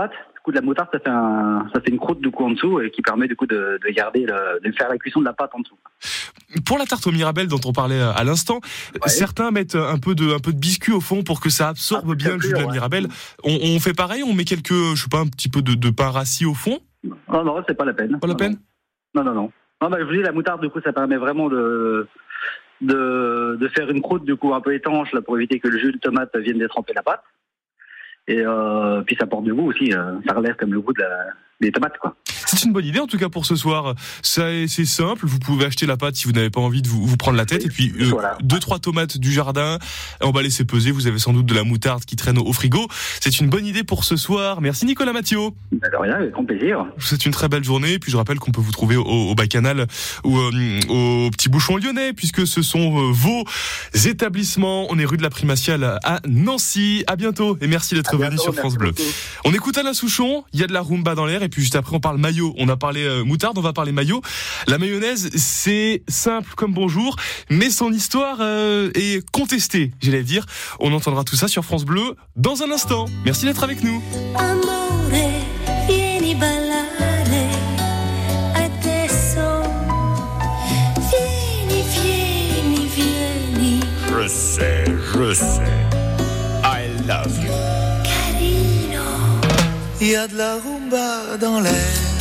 coup de la moutarde, ça fait un, ça fait une croûte du coup en dessous et qui permet du coup de, de garder, le, de faire la cuisson de la pâte en dessous. Pour la tarte aux mirabelles dont on parlait à l'instant, ouais. certains mettent un peu de, un peu de biscuit au fond pour que ça absorbe ah, bien le jus de la ouais. mirabelle. On, on fait pareil, on met quelques, je sais pas, un petit peu de, de pain rassis au fond. Non, non, c'est pas la peine. Pas la non, peine. Non, non, non. Non, bah, je vous dis, la moutarde, du coup, ça permet vraiment de, de, de faire une croûte, du coup, un peu étanche, là, pour éviter que le jus de tomate vienne détremper la pâte. Et euh, puis ça porte du goût aussi, euh, ça relève comme le goût de la, des tomates, quoi. C'est une bonne idée en tout cas pour ce soir. Ça, c'est simple, vous pouvez acheter la pâte si vous n'avez pas envie de vous, vous prendre la tête, oui, et puis euh, voilà. deux trois tomates du jardin, on va laisser peser. Vous avez sans doute de la moutarde qui traîne au frigo. C'est une bonne idée pour ce soir. Merci Nicolas Mathieu. De rien, avec grand plaisir. C'est une très belle journée. Et puis je rappelle qu'on peut vous trouver au, au Bacchanal ou euh, au Petit Bouchon Lyonnais, puisque ce sont euh, vos établissements. On est rue de la Primatiale à Nancy. À bientôt et merci d'être venu sur France Bleu. Beaucoup. On écoute Alain Souchon. Il y a de la rumba dans l'air et puis juste après on parle maillot. On a parlé euh, moutarde, on va parler maillot. La mayonnaise, c'est simple comme bonjour, mais son histoire euh, est contestée, j'allais dire. On entendra tout ça sur France Bleu dans un instant. Merci d'être avec nous. Amore, vieni ballare adesso. Vieni, vieni, vieni. Je sais, je sais. I love you. Carino. Il y a de la rumba dans l'air.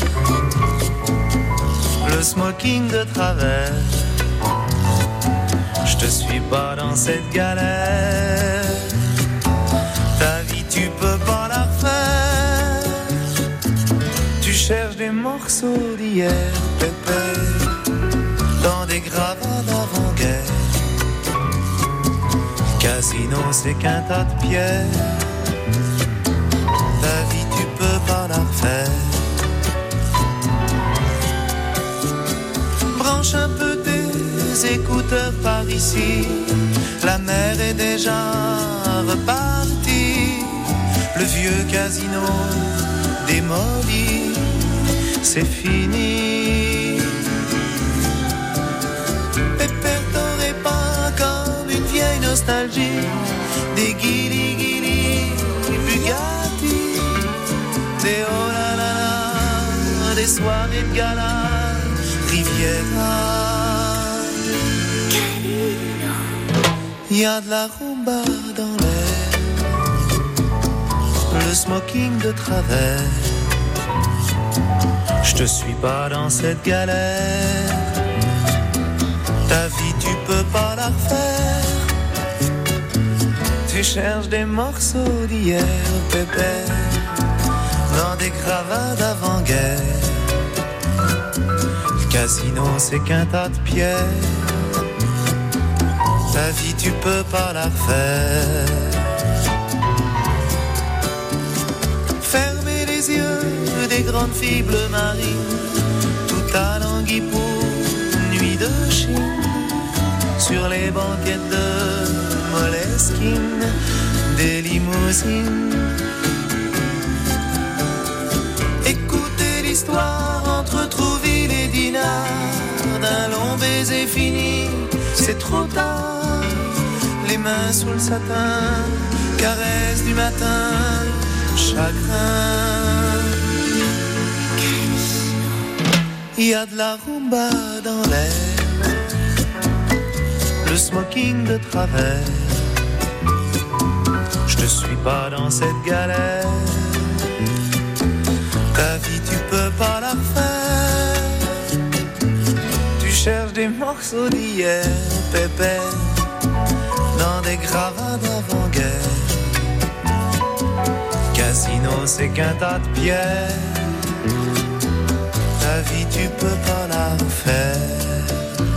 Le smoking de travers. Je te suis pas dans cette galère. Ta vie tu peux pas la refaire. Tu cherches des morceaux d'hier, pépé, dans des gravats d'avant-guerre. Casino c'est qu'un tas de pierres. Ta vie tu peux pas la refaire. Branche un peu tes écouteurs par ici. La mer est déjà repartie. Le vieux casino démoli, c'est fini. Pépère, t'aurais pas comme une vieille nostalgie. Des guili guili, Bugatti. Des oh là là là, des soirées de gala. Il y a de la rumba dans l'air. Le smoking de travers. Je te suis pas dans cette galère. Ta vie tu peux pas la refaire. Tu cherches des morceaux d'hier, pépère, dans des cravates d'avant-guerre. Casino c'est qu'un tas de pierres. Ta vie tu peux pas la faire. Fermez les yeux des grandes filles bleu marine. Tout à Languille pour nuit de Chine. Sur les banquettes de Moleskine. Des limousines. Écoutez l'histoire entre Trouville et Dinard. D'un long baiser fini, c'est trop tard. Les mains sous le satin, caresse du matin, chagrin. Il y a de la rumba dans l'air. Le smoking de travers. Je te suis pas dans cette galère. Ta vie tu peux pas la refaire. Tu cherches des morceaux d'hier, pépère, dans des gravats d'avant-guerre. Casino c'est qu'un tas de pierres. Ta vie tu peux pas la refaire.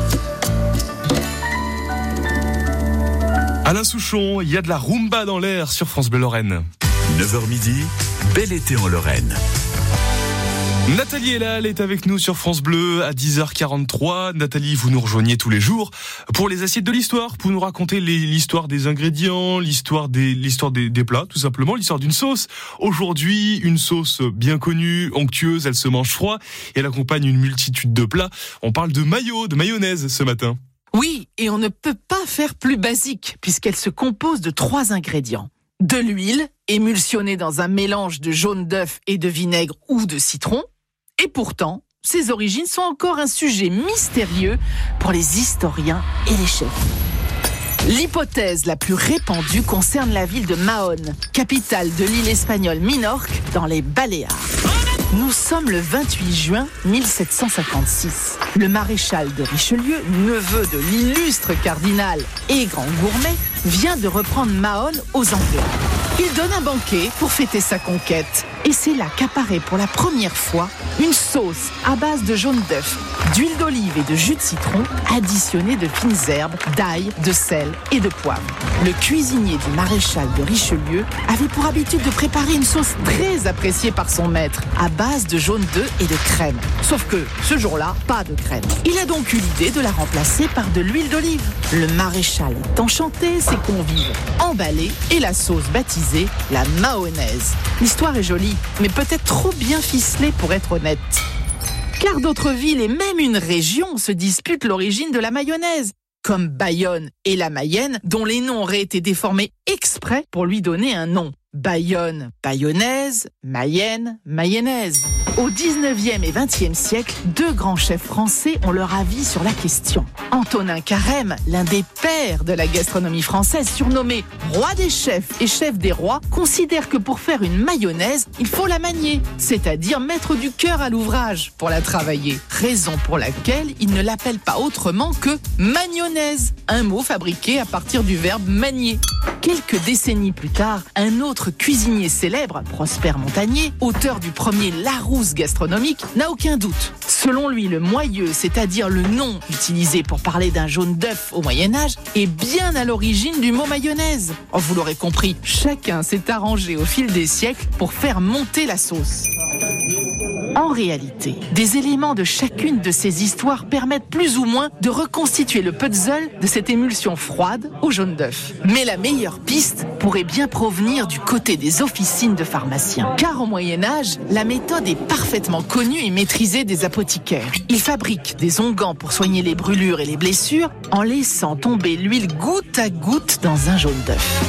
Alain Souchon, il y a de la rumba dans l'air sur France Bleu Lorraine. neuf heures midi, bel été en Lorraine. Nathalie Elal est avec nous sur France Bleu à dix heures quarante-trois. Nathalie, vous nous rejoignez tous les jours pour les assiettes de l'histoire, pour nous raconter les, l'histoire des ingrédients, l'histoire des, l'histoire des, des plats, tout simplement, l'histoire d'une sauce. Aujourd'hui, une sauce bien connue, onctueuse, elle se mange froid et elle accompagne une multitude de plats. On parle de mayo, de mayonnaise ce matin. Oui, et on ne peut pas faire plus basique puisqu'elle se compose de trois ingrédients. de l'huile émulsionnée dans un mélange de jaune d'œuf et de vinaigre ou de citron. Et pourtant, ses origines sont encore un sujet mystérieux pour les historiens et les chefs. L'hypothèse la plus répandue concerne la ville de Mahone, capitale de l'île espagnole Minorque, dans les Baléares. Nous sommes le vingt-huit juin mille sept cent cinquante-six. Le maréchal de Richelieu, neveu de l'illustre cardinal et grand gourmet, vient de reprendre Mahone aux Anglais. Il donne un banquet pour fêter sa conquête. Et c'est là qu'apparaît pour la première fois une sauce à base de jaune d'œuf, d'huile d'olive et de jus de citron, additionnée de fines herbes, d'ail, de sel et de poivre. Le cuisinier du maréchal de Richelieu avait pour habitude de préparer une sauce très appréciée par son maître, à base de jaune d'œuf et de crème. Sauf que, ce jour-là, pas de crème. Il a donc eu l'idée de la remplacer par de l'huile d'olive. Le maréchal est enchanté, ses convives emballés et la sauce baptisée la mahonaise. L'histoire est jolie, mais peut-être trop bien ficelée pour être honnête. Car d'autres villes et même une région se disputent l'origine de la mayonnaise, comme Bayonne et la Mayenne, dont les noms auraient été déformés exprès pour lui donner un nom. Bayonne, bayonnaise, Mayenne, mayonnaise. Au dix-neuvième et vingtième siècle, deux grands chefs français ont leur avis sur la question. Antonin Carême, l'un des pères de la gastronomie française, surnommé roi des chefs et chef des rois, considère que pour faire une mayonnaise, il faut la manier, c'est-à-dire mettre du cœur à l'ouvrage pour la travailler. Raison pour laquelle il ne l'appelle pas autrement que magnonnaise, un mot fabriqué à partir du verbe manier. Quelques décennies plus tard, un autre cuisinier célèbre, Prosper Montagnier, auteur du premier Larousse gastronomique, n'a aucun doute. Selon lui, le moyeu, c'est-à-dire le nom utilisé pour parler d'un jaune d'œuf au Moyen-Âge, est bien à l'origine du mot mayonnaise. Oh, vous l'aurez compris, chacun s'est arrangé au fil des siècles pour faire monter la sauce. En réalité, des éléments de chacune de ces histoires permettent plus ou moins de reconstituer le puzzle de cette émulsion froide au jaune d'œuf. Mais la meilleure piste pourrait bien provenir du côté des officines de pharmaciens. Car au Moyen-Âge, la méthode est parfaitement connue et maîtrisée des apothicaires. Ils fabriquent des onguents pour soigner les brûlures et les blessures en laissant tomber l'huile goutte à goutte dans un jaune d'œuf.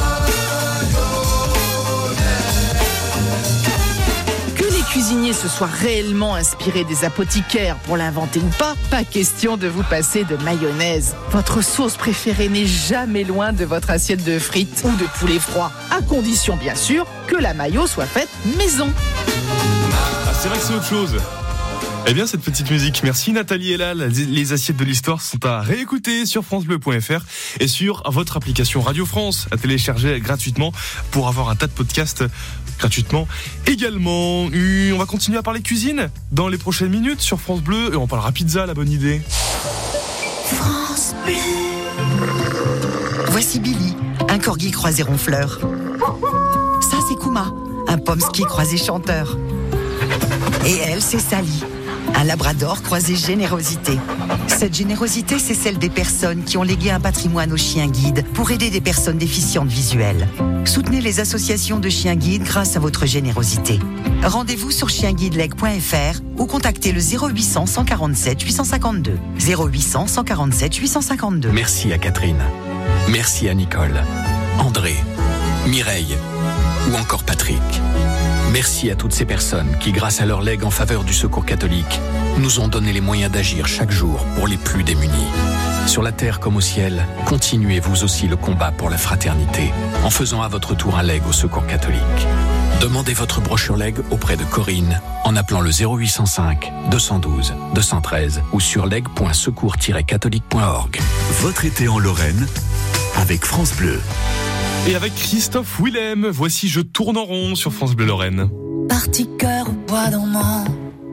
Cuisinier se soit réellement inspiré des apothicaires pour l'inventer ou pas, pas question de vous passer de mayonnaise. Votre sauce préférée n'est jamais loin de votre assiette de frites ou de poulet froid, à condition bien sûr que la mayo soit faite maison. Ah, c'est vrai que c'est autre chose. Eh bien, cette petite musique, merci Nathalie et là, les assiettes de l'histoire sont à réécouter sur francebleu point fr et sur votre application Radio France, à télécharger gratuitement pour avoir un tas de podcasts gratuitement également. On va continuer à parler cuisine dans les prochaines minutes sur France Bleu et on parlera pizza, la bonne idée. France Bleu. Voici Billy, un corgi croisé ronfleur. Ça, c'est Kuma, un pomsky croisé chanteur. Et elle, c'est Sally, un labrador croisé générosité. Cette générosité, c'est celle des personnes qui ont légué un patrimoine aux chiens guides pour aider des personnes déficientes visuelles. Soutenez les associations de chiens guides grâce à votre générosité. Rendez-vous sur chien guide leg point fr ou contactez le zéro huit cents, cent quarante-sept, huit cent cinquante-deux. zéro huit cents, cent quarante-sept, huit cent cinquante-deux. Merci à Catherine. Merci à Nicole, André, Mireille ou encore Patrick. Merci à toutes ces personnes qui, grâce à leur legs en faveur du Secours catholique, nous ont donné les moyens d'agir chaque jour pour les plus démunis. Sur la terre comme au ciel, continuez vous aussi le combat pour la fraternité en faisant à votre tour un leg au Secours catholique. Demandez votre brochure leg auprès de Corinne en appelant le zéro huit cent cinq, deux cent douze, deux cent treize ou sur leg point secours tiret catholique point org. Votre été en Lorraine avec France Bleu. Et avec Christophe Willem, voici Je tourne en rond sur France Bleu Lorraine. Parti cœur au bois dormant,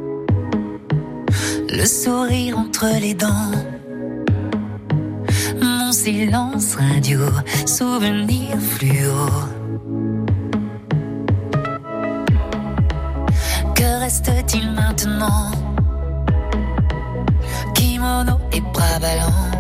le sourire entre les dents, mon silence radio, souvenir fluo. Que reste-t-il maintenant? Kimono et bras ballants,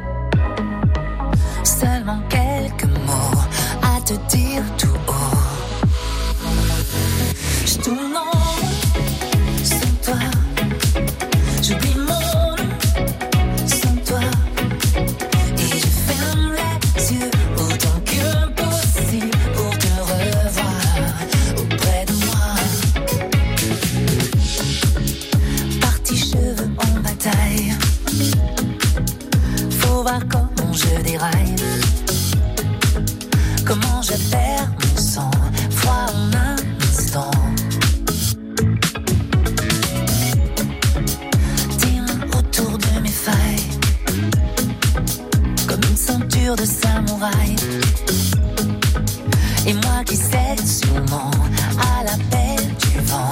seulement quelques mots à te dire tout haut. Je tourne en rond sans toi, j'oublie mon nom sans toi, et je ferme les yeux autant que possible pour te perds mon sang, froid en un instant. Tes mains autour de mes failles, comme une ceinture de samouraï. Et moi qui cède sûrement à l'appel du vent.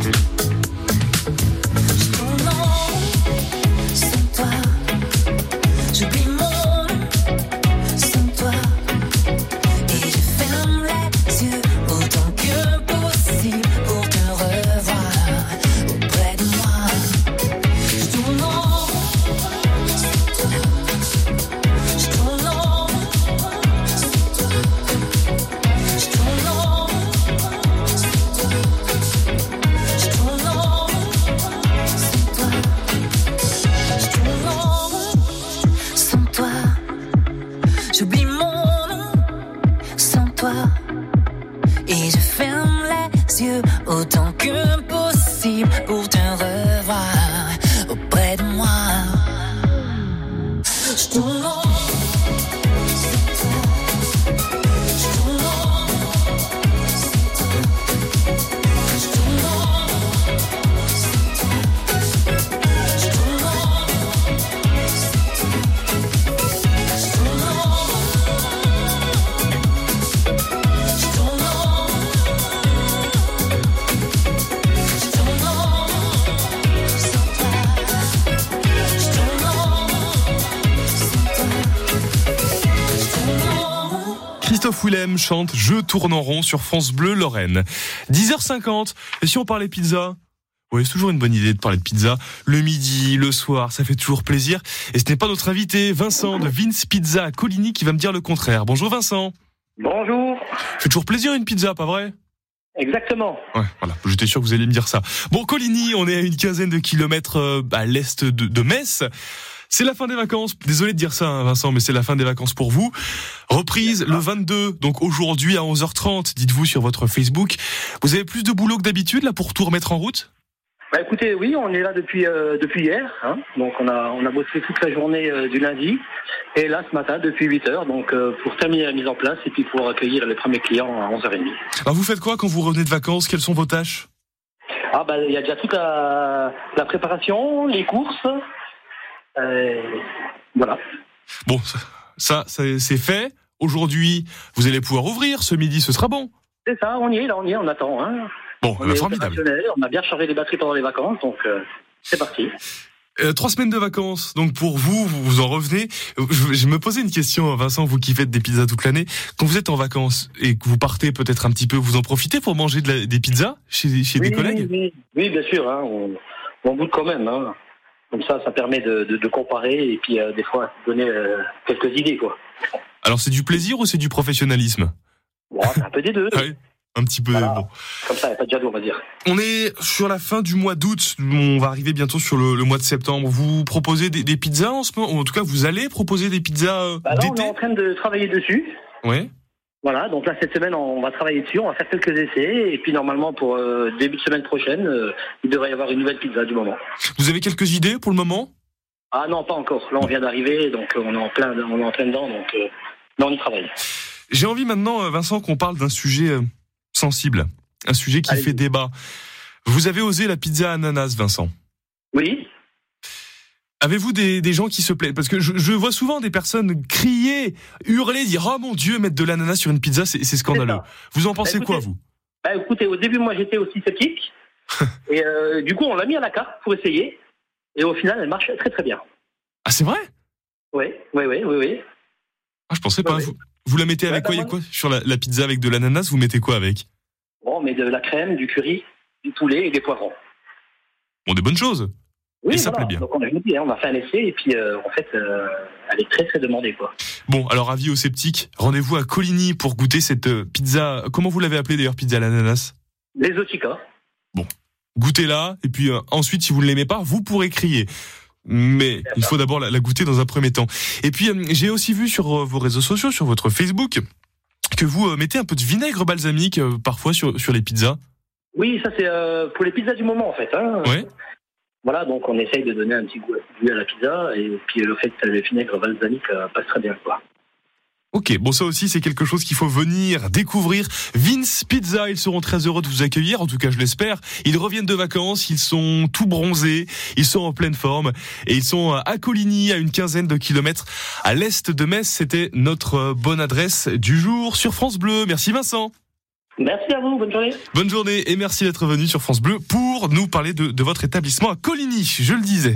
Je tourne en rond sans toi, j'oublie mon nom sans toi. Et je ferme les yeux autant que possible pour te revoir auprès de moi. Je tourne en rond sans toi, je tourne en rond sans toi. Je tourne en rond sans toi, je tourne en rond sans toi. Je tourne en rond sans toi, j'oublie mon nom sans toi. Et je ferme les yeux autant que possible pour te revoir auprès de moi. Je tourne en rond sans toi, je tourne en rond sans toi. Je tourne en rond sans toi, je tourne en rond sans toi. Je tourne en rond, je tourne en rond, je tourne en rond sans toi. Je tourne en rond sans toi, je tourne en rond. Christophe Willem chante Je tourne en rond sur France Bleu Lorraine. dix heures cinquante. Et si on parlait pizza? Oui, c'est toujours une bonne idée de parler de pizza. Le midi, le soir, ça fait toujours plaisir. Et ce n'est pas notre invité, Vincent de Vince Pizza à Coligny, qui va me dire le contraire. Bonjour Vincent. Bonjour. Fait toujours plaisir une pizza, pas vrai? Exactement. Ouais, voilà. J'étais sûr que vous alliez me dire ça. Bon, Coligny, on est à une quinzaine de kilomètres euh, à l'est de, de Metz. C'est la fin des vacances. Désolé de dire ça, hein, Vincent, mais c'est la fin des vacances pour vous. Reprise le vingt-deux, donc aujourd'hui à onze heures trente, dites-vous sur votre Facebook. Vous avez plus de boulot que d'habitude, là, pour tout remettre en route? Bah écoutez, oui, on est là depuis euh, depuis hier, hein. Donc on a on a bossé toute la journée euh, du lundi, et là ce matin depuis huit heures, donc euh, pour terminer la mise en place et puis pour accueillir les premiers clients à onze heures trente. Alors vous faites quoi quand vous revenez de vacances? Quelles sont vos tâches? Ah bah il y a déjà toute la, la préparation, les courses, euh, voilà. Bon, ça, ça c'est fait. Aujourd'hui, vous allez pouvoir ouvrir. Ce midi, ce sera bon. C'est ça, on y est là, on y est, on attend. Hein. Bon, on bah, est formidable. opérationnel, on a bien chargé les batteries pendant les vacances, donc euh, c'est parti. Euh, trois semaines de vacances, donc pour vous, vous, vous en revenez. Je, je me posais une question, Vincent, vous qui faites des pizzas toute l'année. Quand vous êtes en vacances et que vous partez peut-être un petit peu, vous en profitez pour manger de la, des pizzas chez, chez oui, des collègues? Oui, oui, bien sûr, hein, on, on goûte quand même. Hein. Comme ça, ça permet de, de, de comparer et puis euh, des fois donner euh, quelques idées, quoi. Alors c'est du plaisir ou c'est du professionnalisme? Bon, c'est un peu des deux. Oui, un petit peu. Voilà. Bon. Comme ça, il n'y a pas de jaloux, on va dire. On est sur la fin du mois d'août. On va arriver bientôt sur le, le mois de septembre. Vous proposez des, des pizzas en ce moment? Ou en tout cas, vous allez proposer des pizzas euh, Bah là, on d'été? est en train de travailler dessus. Ouais. Voilà, donc là, cette semaine, on va travailler dessus, on va faire quelques essais. Et puis, normalement, pour euh, début de semaine prochaine, euh, il devrait y avoir une nouvelle pizza du moment. Vous avez quelques idées pour le moment? Ah non, pas encore. Là, on vient d'arriver, donc euh, on est en plein, on est en plein dedans, donc euh, là, on y travaille. J'ai envie maintenant, Vincent, qu'on parle d'un sujet euh, sensible, un sujet qui Allez. fait débat. Vous avez osé la pizza ananas, Vincent? Oui. Avez-vous des, des gens qui se plaignent? Parce que je, je vois souvent des personnes crier, hurler, dire « Oh mon Dieu, mettre de l'ananas sur une pizza, c'est, c'est scandaleux ». Vous en pensez Bah, quoi, écoutez, vous? Bah écoutez, au début, moi, j'étais aussi sceptique. Et euh, du coup, on l'a mis à la carte pour essayer. Et au final, elle marche très très bien. Ah, c'est vrai? Oui, oui, oui, oui, oui. Ah, je pensais pas. Ouais, Vous, vous la mettez avec Ouais, quoi, bah, y a quoi sur la, la pizza avec de l'ananas, vous mettez quoi avec? Bon, on met de la crème, du curry, du poulet et des poivrons. Bon, des bonnes choses. Oui, Et ça voilà. plaît bien. Donc on a, dit, hein, on a fait un essai et puis euh, en fait, euh, elle est très très demandée, quoi. Bon, alors avis aux sceptiques, rendez-vous à Coligny pour goûter cette euh, pizza. Comment vous l'avez appelée d'ailleurs, pizza à l'ananas? L'exotica. Goûtez-la, et puis euh, ensuite, si vous ne l'aimez pas, vous pourrez crier. Mais il faut d'abord la, la goûter dans un premier temps. Et puis, euh, j'ai aussi vu sur euh, vos réseaux sociaux, sur votre Facebook, que vous euh, mettez un peu de vinaigre balsamique euh, parfois sur, sur les pizzas. Oui, ça c'est euh, pour les pizzas du moment en fait. Hein. Ouais. Voilà, donc on essaye de donner un petit goût à la pizza et puis le fait que le vinaigre balsamique euh, passe très bien, quoi. Ok, bon ça aussi c'est quelque chose qu'il faut venir découvrir. Vince Pizza, ils seront très heureux de vous accueillir, en tout cas je l'espère. Ils reviennent de vacances, ils sont tout bronzés, ils sont en pleine forme et ils sont à Coligny, à une quinzaine de kilomètres à l'est de Metz. C'était notre bonne adresse du jour sur France Bleu. Merci Vincent. Merci à vous, bonne journée. Bonne journée et merci d'être venu sur France Bleu pour nous parler de, de votre établissement à Coligny, je le disais.